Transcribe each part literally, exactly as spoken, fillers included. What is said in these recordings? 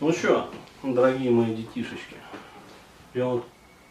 Ну что, дорогие мои детишечки, я вот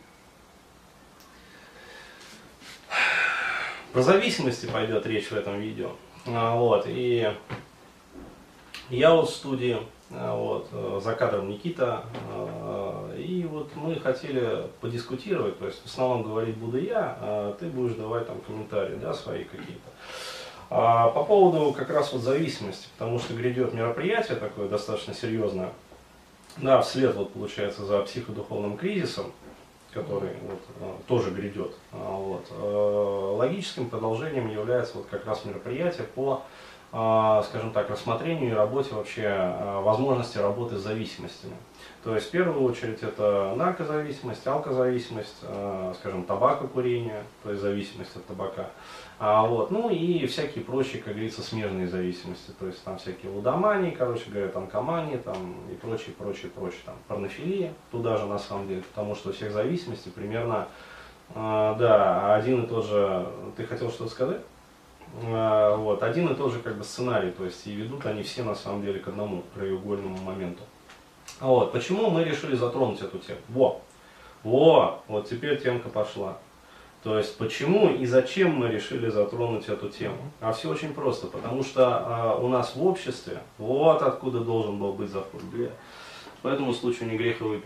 про зависимости пойдет речь в этом видео. А, вот, и я вот в студии, а, вот, за кадром Никита, а, и вот мы хотели подискутировать, то есть в основном говорить буду я, а ты будешь давать там комментарии, да, свои какие-то. А, по поводу как раз вот зависимости, потому что грядет мероприятие такое достаточно серьезное, да, вслед вот получается за психодуховным кризисом, который вот, тоже грядет. Вот. Логическим продолжением является вот как раз мероприятие по, скажем так, рассмотрению и работе вообще возможности работы с зависимостями. То есть в первую очередь это наркозависимость, алкозависимость, скажем, табакокурение, то есть зависимость от табака. А, вот, ну и всякие прочие, как говорится, смежные зависимости, то есть там всякие лудомании, короче говоря, танкомании, там и прочие, прочие, прочие, там порнофилия, туда же на самом деле, потому что у всех зависимостей примерно, э, да, один и тот же, ты хотел что-то сказать? Э, вот, один и тот же как бы сценарий, то есть и ведут они все на самом деле к одному краеугольному моменту. А вот, почему мы решили затронуть эту тему? Во, во, вот теперь темка пошла. То есть, почему и зачем мы решили затронуть эту тему? А все очень просто, потому что а, у нас в обществе, вот откуда должен был быть заход, бля, по этому случаю не грех и выпить.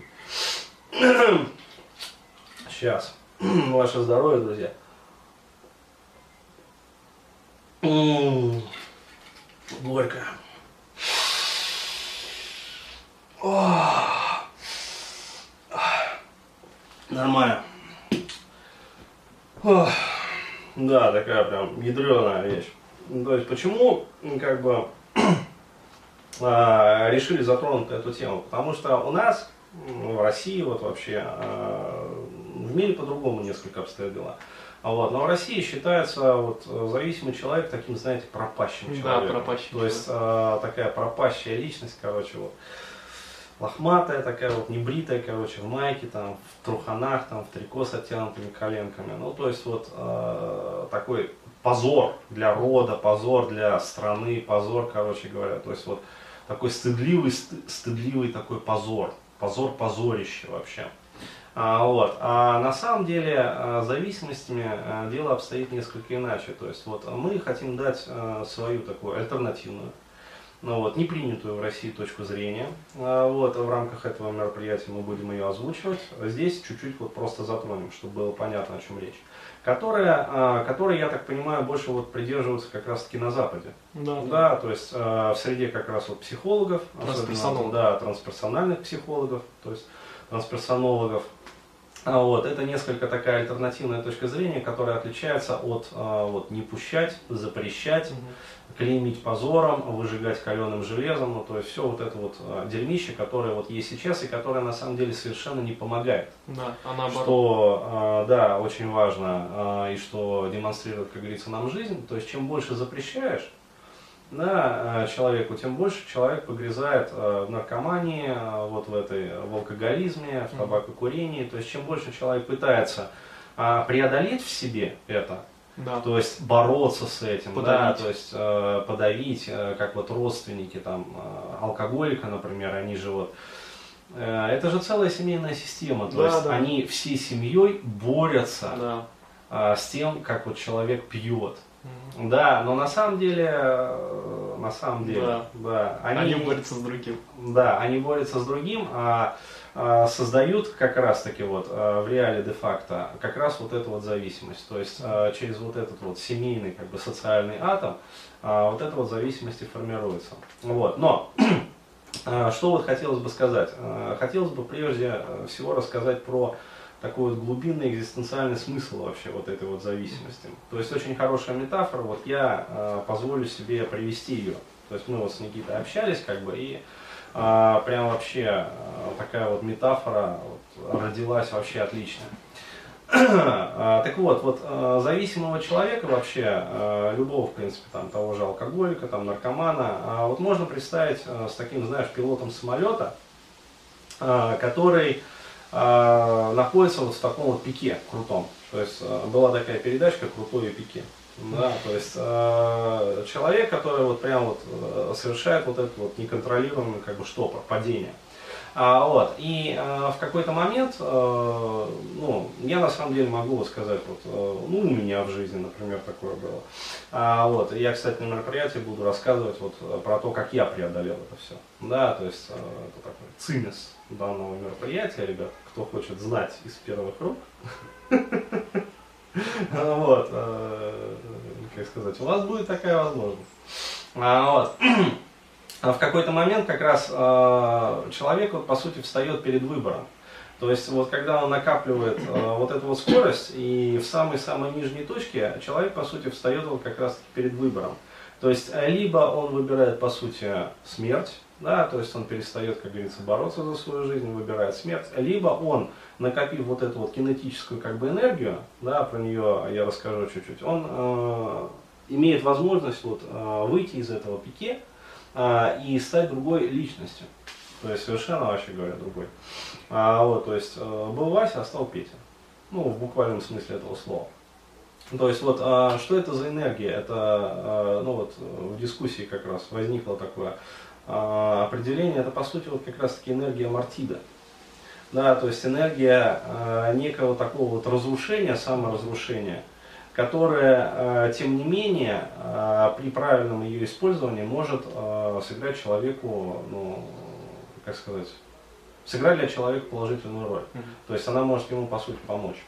Сейчас, ваше здоровье, друзья. М-м-м. Горько. Нормально. Ох, да, такая прям ядреная вещь. То есть почему как бы э, решили затронуть эту тему? Потому что у нас в России вот вообще э, в мире по-другому несколько обстоят дела. Вот, но в России считается вот зависимый человек таким, знаете, пропащим человеком. Да, пропащим. То есть э, такая пропащая личность, короче, вот. Лохматая такая вот, небритая, короче, в майке, там, в труханах, там, в трико с оттянутыми коленками. Ну, то есть вот э, такой позор для рода, позор для страны, позор, короче говоря. То есть вот такой стыдливый, стыдливый такой позор, позор, позорище вообще. А, вот. А на самом деле а, зависимостями а, дело обстоит несколько иначе. То есть вот мы хотим дать а, свою такую альтернативную, ну, вот, не принятую в России точку зрения. Вот, в рамках этого мероприятия мы будем ее озвучивать. Здесь чуть-чуть вот просто затронем, чтобы было понятно, о чем речь. Которая, которая, я так понимаю, больше вот придерживаются как раз-таки на Западе. Да, да, да. То есть в среде как раз вот психологов, особенно, да, трансперсональных психологов, то есть трансперсонологов. Вот, это несколько такая альтернативная точка зрения, которая отличается от вот, не пущать, запрещать, угу. клеймить позором, выжигать каленым железом, ну, то есть все вот это вот дерьмище, которое вот есть сейчас и которое на самом деле совершенно не помогает. Да, а наоборот. Что, да, очень важно и что демонстрирует, как говорится, нам жизнь, то есть чем больше запрещаешь, да, человеку, тем больше человек погрязает в наркомании, вот в этой, в алкоголизме, в табакокурении. То есть чем больше человек пытается преодолеть в себе это, да. то есть бороться с этим, да, подавить. то есть подавить, как вот родственники там алкоголика, например, они же вот, это же целая семейная система, то да, есть да. они всей семьей борются да. с тем, как вот человек пьет. Да, но на самом деле, на самом деле, да. Да, они, они борются с другим. Да, они борются с другим, а, а создают как раз таки вот а, в реале де-факто как раз вот эту вот зависимость. То есть а, через вот этот вот семейный как бы социальный атом а, вот эта вот зависимость и формируется. Вот, но а, что вот хотелось бы сказать? А, хотелось бы прежде всего рассказать про такой вот глубинный экзистенциальный смысл вообще вот этой вот зависимости. То есть очень хорошая метафора, вот я э, позволю себе привести ее. То есть мы вот с Никитой общались, как бы, и э, прям вообще э, такая вот метафора вот, родилась вообще отличная. Так вот, вот э, зависимого человека вообще, э, любого, в принципе, там, того же алкоголика, там, наркомана, э, вот можно представить э, с таким, знаешь, пилотом самолета, э, который Uh, находится вот в таком вот пике крутом. То есть uh, была такая передачка «Крутое пике». Да, то есть uh, человек, который вот прям вот uh, совершает вот этот вот неконтролируемый как бы штопор, падение. А, вот, и а, в какой-то момент, а, ну, я на самом деле могу вот сказать, вот, а, ну, у меня в жизни, например, такое было. А, вот, и я, кстати, на мероприятии буду рассказывать вот про то, как я преодолел это все. Да, то есть, а, это такой цимес данного мероприятия, ребят, кто хочет знать из первых рук. Вот, как сказать, у вас будет такая возможность. Вот. А в какой-то момент как раз э, человек, вот, по сути, встает перед выбором. То есть, вот, когда он накапливает э, вот эту вот скорость, и в самой-самой нижней точке человек, по сути, встает вот как раз перед выбором. То есть, либо он выбирает, по сути, смерть, да, то есть он перестает, как говорится, бороться за свою жизнь, выбирает смерть, либо он, накопив вот эту вот кинетическую, как бы, энергию, да, про нее я расскажу чуть-чуть, он э, имеет возможность вот, э, выйти из этого пике, и стать другой личностью. То есть совершенно, вообще говоря, другой. А, вот, то есть был Вася, а стал Петя. Ну, в буквальном смысле этого слова. То есть вот, а, что это за энергия? Это, а, ну вот, в дискуссии как раз возникло такое а, определение. Это, по сути, вот как раз таки энергия Мартида. Да, то есть энергия а, некого такого вот разрушения, саморазрушения, которая, тем не менее, при правильном ее использовании может сыграть человеку, ну, как сказать, сыграть для человека положительную роль. Mm-hmm. То есть она может ему, по сути, помочь.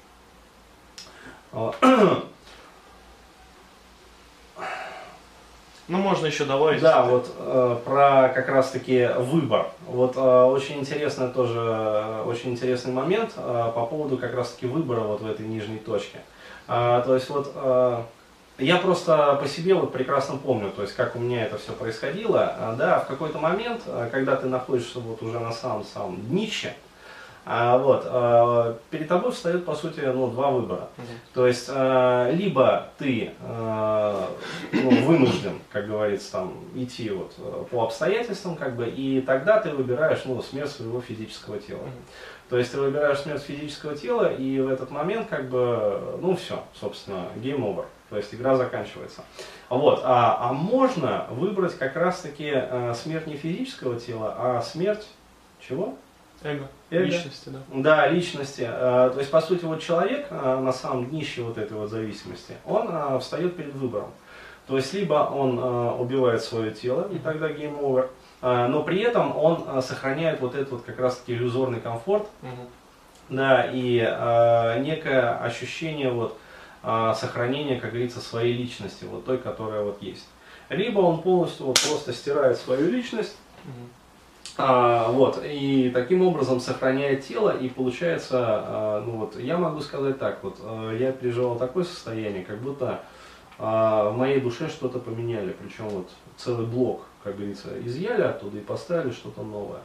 Ну, можно еще добавить. Да, вот э, про как раз-таки выбор. Вот э, очень интересный тоже, очень интересный момент э, по поводу как раз-таки выбора вот в этой нижней точке. А, то есть вот а, я просто по себе вот прекрасно помню, то есть как у меня это все происходило, а, да, в какой-то момент, а, когда ты находишься вот уже на самом-самом днище, а, вот, а, перед тобой встает, по сути, ну, два выбора. Mm-hmm. То есть а, либо ты а, ну, вынужден, как говорится, там, идти вот по обстоятельствам, как бы, и тогда ты выбираешь, ну, смерть своего физического тела. Mm-hmm. То есть ты выбираешь смерть физического тела, и в этот момент, как бы, ну все, собственно, game over. То есть игра заканчивается. Вот. А, а можно выбрать как раз-таки э, смерть не физического тела, а смерть чего? Эго. Эго. Личности, да. Да, личности. Э, то есть, по сути, вот человек э, на самом днище вот этой вот зависимости, он э, встает перед выбором. То есть, либо он э, убивает свое тело, и тогда game over, но при этом он сохраняет вот этот вот как раз таки иллюзорный комфорт, угу. Да, и э, некое ощущение вот э, сохранения, как говорится, своей личности, вот той, которая вот есть. Либо он полностью вот просто стирает свою личность, угу. э, вот, и таким образом сохраняет тело, и получается, э, ну вот, я могу сказать так, вот, э, я переживал такое состояние, как будто э, в моей душе что-то поменяли, причем вот целый блок, как говорится, изъяли оттуда и поставили что-то новое.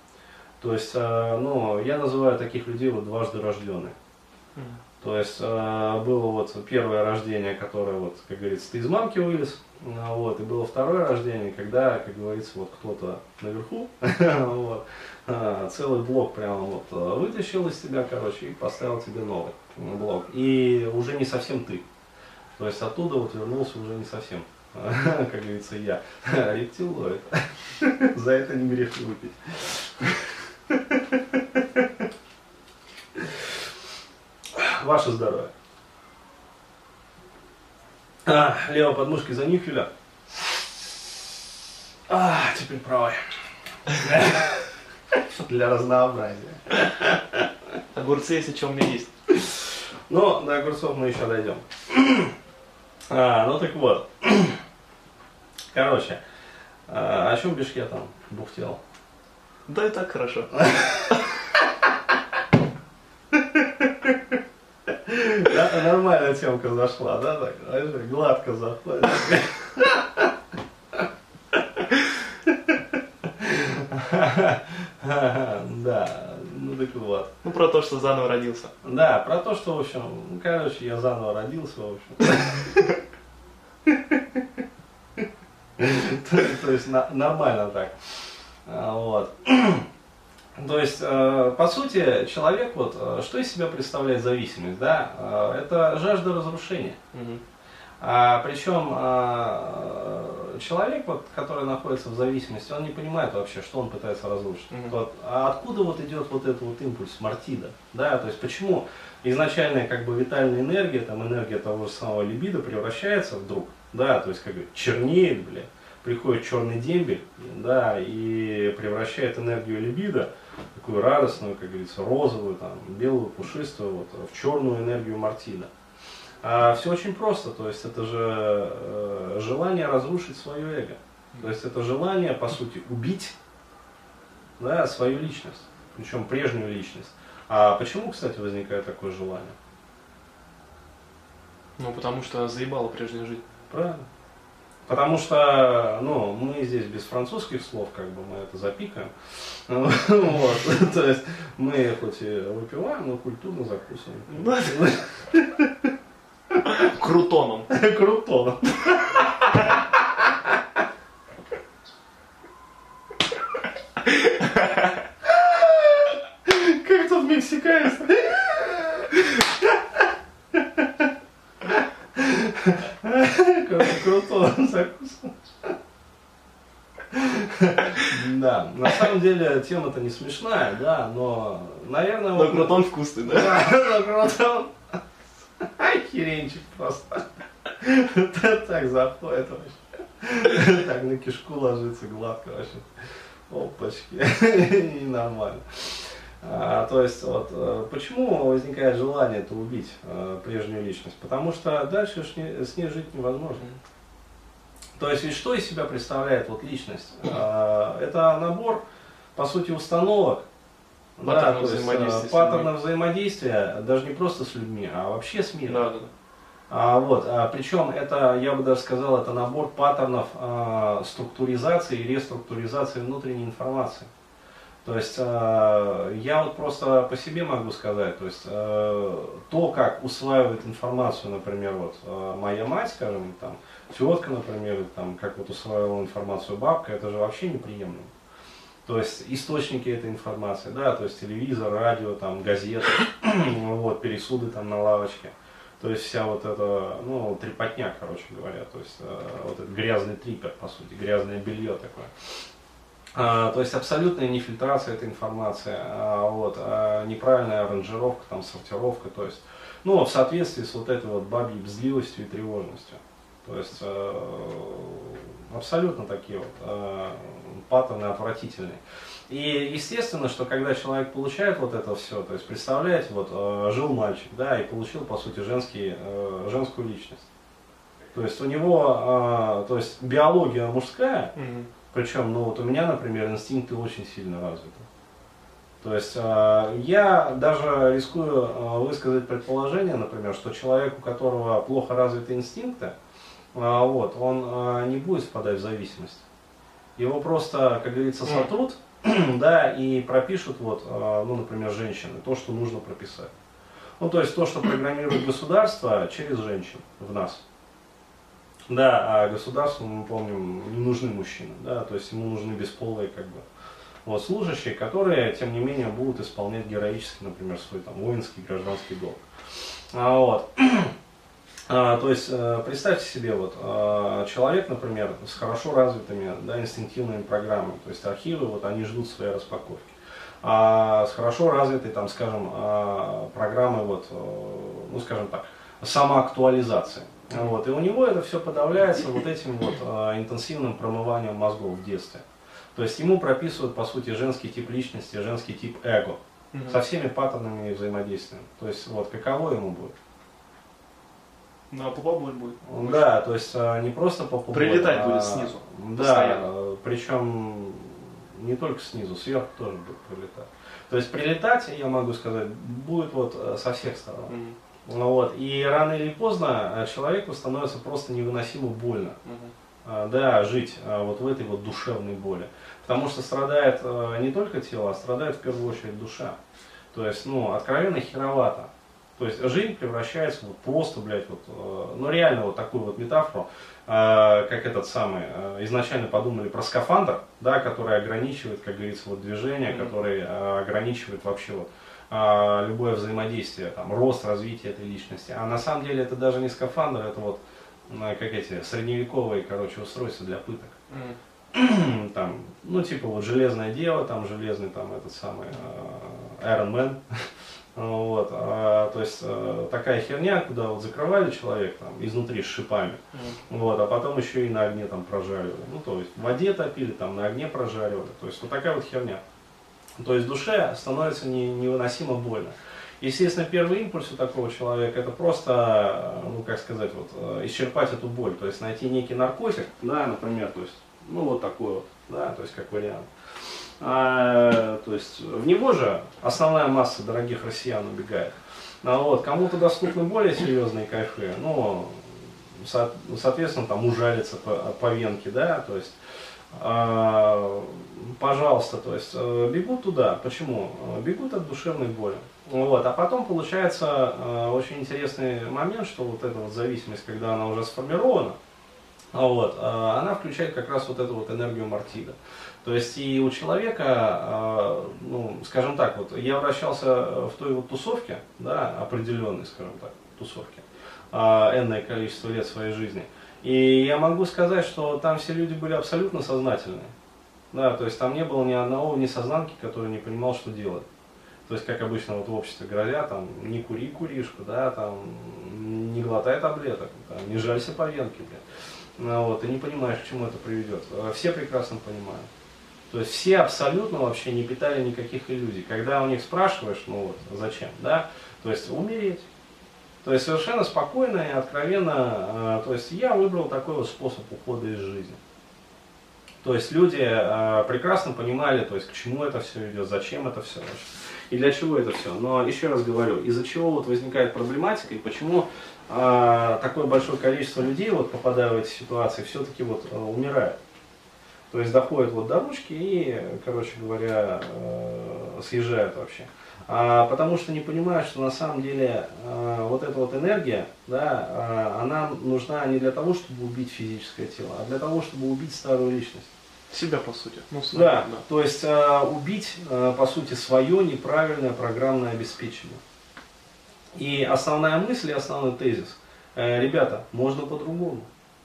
То есть, э, ну, я называю таких людей вот дважды рожденные. Mm. То есть, э, было вот первое рождение, которое, вот, как говорится, ты из мамки вылез, вот, и было второе рождение, когда, как говорится, вот кто-то наверху, вот, э, целый блок прямо вот вытащил из тебя, короче, и поставил тебе новый блок. И уже не совсем ты. То есть, оттуда вот вернулся уже не совсем. Как говорится, я рептилоид. За это не грех выпить. Ваше здоровье. А, левой подмышкой занюхали. А, теперь правой. Для разнообразия. Огурцы, если что, у меня есть. Ну, до огурцов мы еще дойдем. А, ну так вот. Короче, о чем бишь я там бухтел? Да и так хорошо. Нормальная темка зашла, да, так? Гладко заходит. Да, ну так вот. Ну про то, что заново родился. Да, про то, что, в общем, ну, короче, я заново родился, в общем. То есть нормально так. Вот. То есть, по сути, человек, вот, что из себя представляет зависимость, да, это жажда разрушения. Угу. А, причем человек, вот, который находится в зависимости, он не понимает вообще, что он пытается разрушить. Мгм. Вот, а откуда вот идет вот этот вот импульс Мартида? Да, то есть почему изначальная как бы витальная энергия, там энергия того же самого либидо превращается вдруг, да, то есть как бы чернеет, бля, приходит черный дембель, да, и превращает энергию либидо, такую радостную, как говорится, розовую, там, белую, пушистую, вот, в черную энергию Мартида. А все очень просто, то есть это же э, желание разрушить свое эго. То есть это желание, по сути, убить, да, свою личность, причем прежнюю личность. А почему, кстати, возникает такое желание? Ну, потому что заебала прежняя жизнь. Правильно. Потому что, ну, мы здесь без французских слов, как бы мы это запикаем. Вот. То есть мы хоть и выпиваем, но культурно закусываем. Крутоном. Круто. Как тут мексиканец. Круто закусываем. Да, на самом деле тема-то не смешная, да, но, наверное... Но вот- крутон вкусный, да? Да, но крутон. Охеренчик просто. Так заходит вообще. Так на кишку ложится гладко вообще. Опачки. И нормально. А, то есть, вот, э, почему возникает желание это убить э, прежнюю личность? Потому что дальше ж не- с ней жить невозможно. То есть, ведь что из себя представляет вот личность? Э, это набор, по сути, установок, да, Паттернов то есть, э, взаимодействия с паттернов взаимодействия, даже не просто с людьми, а вообще с миром. Да, да, да. А, вот, а, причем это, я бы даже сказал, это набор паттернов а, структуризации и реструктуризации внутренней информации. То есть а, я вот просто по себе могу сказать, то есть а, то, как усваивает информацию, например, вот а, моя мать, скажем, там, тетка, например, там, как вот усваивала информацию бабка, это же вообще неприемлемо. То есть источники этой информации, да, то есть телевизор, радио, там, газеты, вот, пересуды там на лавочке. То есть вся вот эта, ну, трепотня, короче говоря, то есть э, вот этот грязный трипер, по сути, грязное белье такое. А, то есть абсолютная нефильтрация этой информации, а, вот, а, неправильная аранжировка, там, сортировка, то есть, ну, в соответствии с вот этой вот бабьей бзливостью и тревожностью. То есть э, абсолютно такие вот э, паттерны отвратительные. И естественно, что когда человек получает вот это все, то есть представляете, вот э, жил мальчик, да, и получил по сути женский, э, женскую личность. То есть у него, э, то есть биология мужская, Мгм. причем, ну вот у меня, например, инстинкты очень сильно развиты. То есть э, я даже рискую э, высказать предположение, например, что человек, у которого плохо развиты инстинкты, э, вот, он э, не будет впадать в зависимость. Его просто, как говорится, сотрут, да, и пропишут, вот, э, ну, например, женщины, то, что нужно прописать. Ну, то есть то, что программирует государство через женщин в нас. Да, а государству, мы помним, не нужны мужчины, да, то есть ему нужны бесполые, как бы, вот, служащие, которые, тем не менее, будут исполнять героически, например, свой там воинский, гражданский долг. А, вот. А, то есть, э, представьте себе, вот, э, человек, например, с хорошо развитыми, да, инстинктивными программами, то есть архивы, вот, они ждут своей распаковки. А с хорошо развитой, там, скажем, э, программой, вот, э, ну, скажем так, самоактуализации. Вот, и у него это все подавляется вот этим вот э, интенсивным промыванием мозгов в детстве. То есть ему прописывают, по сути, женский тип личности, женский тип эго, Мгм. со всеми паттернами и взаимодействием. То есть, вот, каково ему будет? Ну, а побабуль будет. Да, то есть э, не просто по пупу, Прилетать а, будет снизу, Да, постоянно. э, причем не только снизу, сверху тоже будет прилетать. То есть прилетать, я могу сказать, будет вот э, со всех сторон. Мгм. Ну вот, и рано или поздно э, человеку становится просто невыносимо больно. Мгм. А, да, жить а, вот в этой вот душевной боли. Потому что страдает а, не только тело, а страдает в первую очередь душа. То есть, ну, откровенно херовато. То есть жизнь превращается вот просто, блядь, вот, э, ну реально вот такую вот метафору, э, как этот самый, э, изначально подумали про скафандр, да, который ограничивает, как говорится, вот движение, Мгм. который э, ограничивает вообще вот э, любое взаимодействие, там, рост, развитие этой личности. А на самом деле это даже не скафандр, это вот как эти средневековые, короче, устройства для пыток. Mm. Там, ну, типа вот железное дело, там железный, там этот самый Iron Man. Вот, а, то есть а, такая херня, куда вот закрывали человека там изнутри с шипами, Mm. вот, а потом еще и на огне там прожаривали. Ну, то есть в воде топили, там на огне прожаривали. То есть вот такая вот херня. То есть душе становится не, невыносимо больно. Естественно, первый импульс у такого человека это просто, ну как сказать, вот, исчерпать эту боль, то есть найти некий наркотик, да, например, то есть, ну вот такой вот, да, то есть как вариант. А, то есть в него же основная масса дорогих россиян убегает. А вот, кому-то доступны более серьезные кайфы, ну, со, соответственно, там ужалиться по, по венке, да, то есть, а, пожалуйста, то есть бегут туда. Почему? Бегут от душевной боли. Вот. А потом получается э, очень интересный момент, что вот эта вот зависимость, когда она уже сформирована, вот, э, она включает как раз вот эту вот энергию Мартида. То есть и у человека, э, ну, скажем так, вот я вращался в той вот тусовке, да, определенной, скажем так, тусовке, э, энное количество лет своей жизни. И я могу сказать, что там все люди были абсолютно сознательные. Да, то есть там не было ни одного несознанки, который не понимал, что делать. То есть, как обычно вот в обществе говорят, там, не кури куришку, да, там, не глотай таблеток, там, не жалься по венке, блин. Ну, вот, и не понимаешь, к чему это приведет. Все прекрасно понимают. То есть все абсолютно вообще не питали никаких иллюзий. Когда у них спрашиваешь, ну вот, зачем, да, то есть умереть. То есть совершенно спокойно и откровенно, то есть я выбрал такой вот способ ухода из жизни. То есть люди э, прекрасно понимали, то есть к чему это все идет, зачем это все вообще и для чего это все. Но еще раз говорю, из-за чего вот возникает проблематика и почему э, такое большое количество людей, вот, попадая в эти ситуации, все-таки вот э, умирают. То есть доходят вот до ручки и, короче говоря, э, съезжают вообще. А, потому что не понимают, что на самом деле э, вот эта вот энергия, да, э, она нужна не для того, чтобы убить физическое тело, а для того, чтобы убить старую личность. Себя, по сути. Ну, да, да, то есть э, убить, э, по сути, свое неправильное программное обеспечение. И основная мысль и основной тезис, э, ребята, можно по-другому.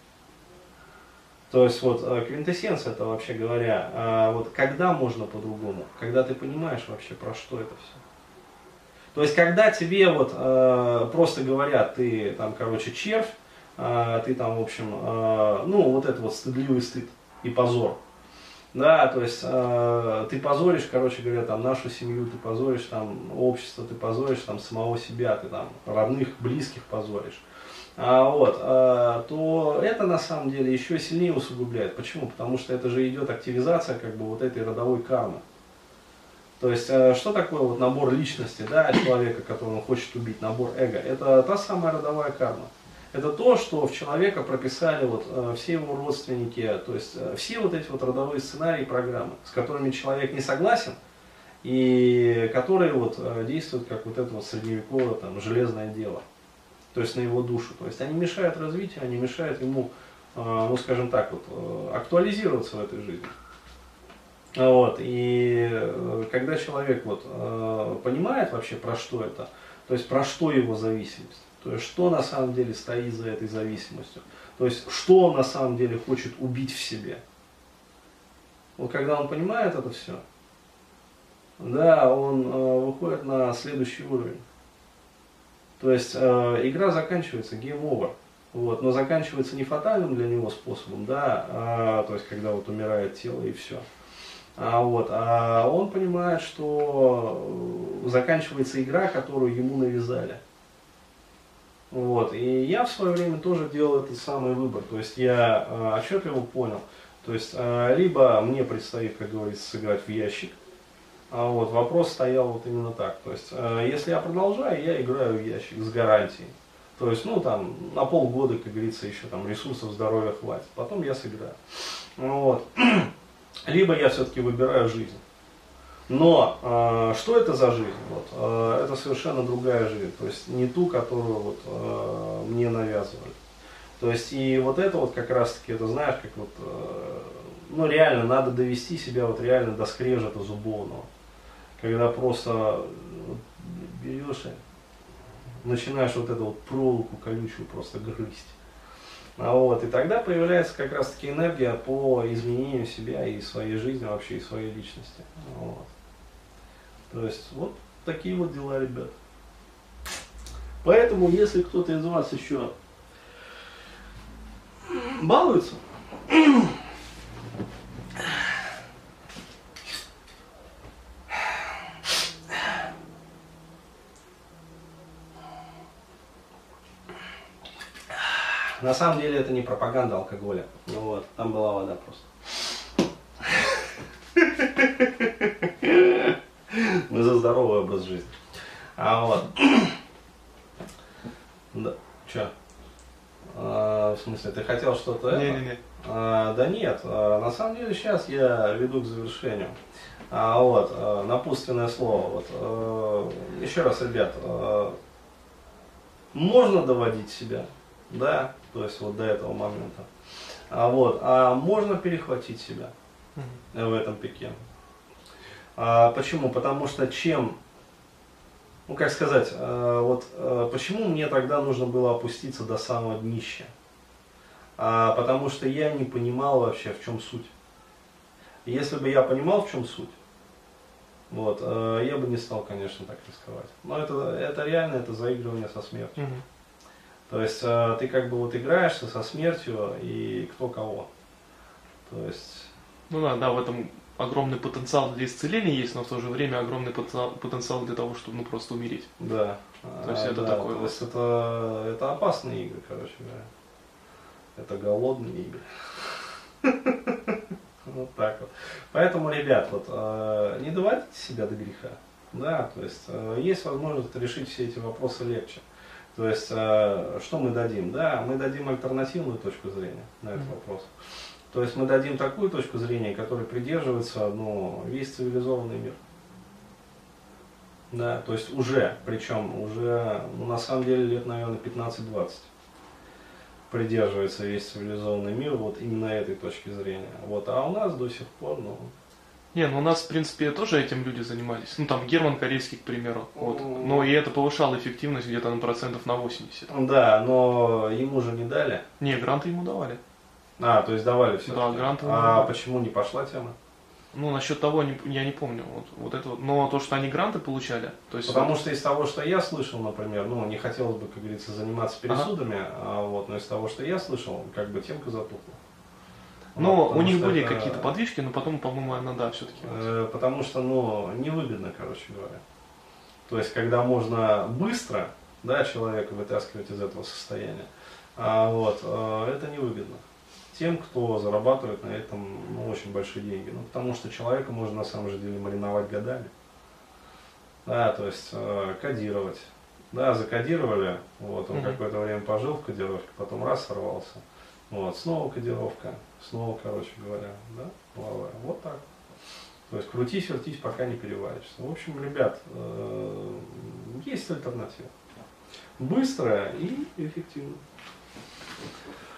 То есть вот квинтэссенция это, вообще говоря, э, вот когда можно по-другому, когда ты понимаешь вообще, про что это все. То есть когда тебе вот э, просто говорят, ты там, короче, червь, э, ты там, в общем, э, ну вот это вот стыдливый стыд и позор. Да, то есть э, ты позоришь, короче говоря, там нашу семью, ты позоришь там общество, ты позоришь там самого себя, ты там родных, близких позоришь. А, вот, а, то это на самом деле еще сильнее усугубляет. Почему? Потому что это же идет активизация как бы вот этой родовой кармы. То есть, а, что такое вот набор личности, да, человека, которого он хочет убить, набор эго? Это та самая родовая карма. Это то, что в человека прописали вот, а, все его родственники, то есть а, все вот эти вот родовые сценарии и программы, с которыми человек не согласен, и которые вот, а, действуют как вот это вот средневековое там, железное дело. То есть на его душу. То есть они мешают развитию, они мешают ему, ну скажем так, вот, актуализироваться в этой жизни. Вот. И когда человек вот, понимает вообще, про что это, то есть про что его зависимость, то есть что на самом деле стоит за этой зависимостью, то есть что он на самом деле хочет убить в себе. Вот когда он понимает это все, да, он выходит на следующий уровень. То есть э, игра заканчивается, game over, вот, но заканчивается не фатальным для него способом, да, а, то есть когда вот умирает тело и все. А, вот, а он понимает, что заканчивается игра, которую ему навязали. Вот, и я в свое время тоже делал этот самый выбор, то есть я э, отчетливо понял, то есть э, либо мне предстоит, как говорится, сыграть в ящик. А вот вопрос стоял вот именно так. То есть, э, если я продолжаю, я играю в ящик с гарантией. То есть, ну там, на полгода, как говорится, еще там ресурсов, здоровья хватит. Потом я сыграю. Вот. Либо я все-таки выбираю жизнь. Но э, что это за жизнь? Вот, э, это совершенно другая жизнь. То есть, не ту, которую вот, э, мне навязывали. То есть, и вот это вот как раз-таки, это знаешь, как вот, э, ну реально, надо довести себя вот реально до скрежета зубовного. Когда просто берешь и начинаешь вот эту вот проволоку колючую просто грызть. А вот, и тогда появляется как раз таки энергия по изменению себя и своей жизни вообще, и своей личности. Вот. То есть вот такие вот дела, ребят. Поэтому, если кто-то из вас еще балуется, на самом деле это не пропаганда алкоголя. Ну вот, там была вода просто. Мы за здоровый образ жизни. А вот. Да. Че? А, в смысле, ты хотел что-то это? Не-не-не. А, да нет, а, на самом деле сейчас я веду к завершению. А, вот, а, напутственное слово. Вот, а, еще раз, ребят, а, можно доводить себя, да, то есть вот до этого момента. А, вот, а можно перехватить себя в этом пике. А, почему? Потому что чем, ну как сказать, а, вот а, почему мне тогда нужно было опуститься до самого днища? А, потому что я не понимал вообще, в чем суть. Если бы я понимал, в чем суть, вот, а, я бы не стал, конечно, так рисковать. Но это, это реально, это заигрывание со смертью. Угу. То есть а, ты как бы вот играешься со смертью и кто кого. То есть... Ну да, да, в этом огромный потенциал для исцеления есть, но в то же время огромный потенциал, потенциал для того, чтобы ну, просто умереть. Да. То есть а, это да, такое то вот. есть это, это опасные игры, короче говоря. Это голодные игры. Вот так вот. Поэтому, ребят, вот э, не доводите себя до греха. Да, то есть э, есть возможность решить все эти вопросы легче. То есть, э, что мы дадим? Да, мы дадим альтернативную точку зрения на этот вопрос. То есть мы дадим такую точку зрения, которой придерживается ну, весь цивилизованный мир. Да, то есть уже, причем уже, ну, на самом деле, лет, наверное, пятнадцать-двадцать придерживается весь цивилизованный мир вот именно этой точки зрения. Вот, а у нас до сих пор, ну... Не, ну у нас, в принципе, тоже этим люди занимались. Ну там Герман Корейский, к примеру. Вот. Но и это повышало эффективность где-то на процентов на восемьдесят. Да, но ему же не дали. Не, гранты ему давали. А, то есть давали все. Да, гранты ему А давали. почему не пошла тема? Ну, насчет того, не- я не помню. Вот, вот это вот. Но то, что они гранты получали, то есть... Потому вот- что из того, что я слышал, например, ну, не хотелось бы, как говорится, заниматься пересудами, а, вот, но из того, что я слышал, как бы темка затухла. Но Вот, у потому них что были это, какие-то подвижки, но потом, по-моему, она, да, все-таки. э, потому что, ну, невыгодно, короче говоря. То есть, когда можно быстро, да, человека вытаскивать из этого состояния, а, вот, э, это невыгодно тем, кто зарабатывает на этом ну, очень большие деньги. Ну, потому что человека можно на самом же деле мариновать годами. Да, то есть э, кодировать. Да, закодировали, вот, он Мгм. какое-то время пожил в кодировке, потом раз сорвался. Вот, снова кодировка, снова, короче говоря, да, половая. Вот так. То есть крутись, вертись, пока не переваришься. В общем, ребят, э, есть альтернатива. Быстрая и эффективная.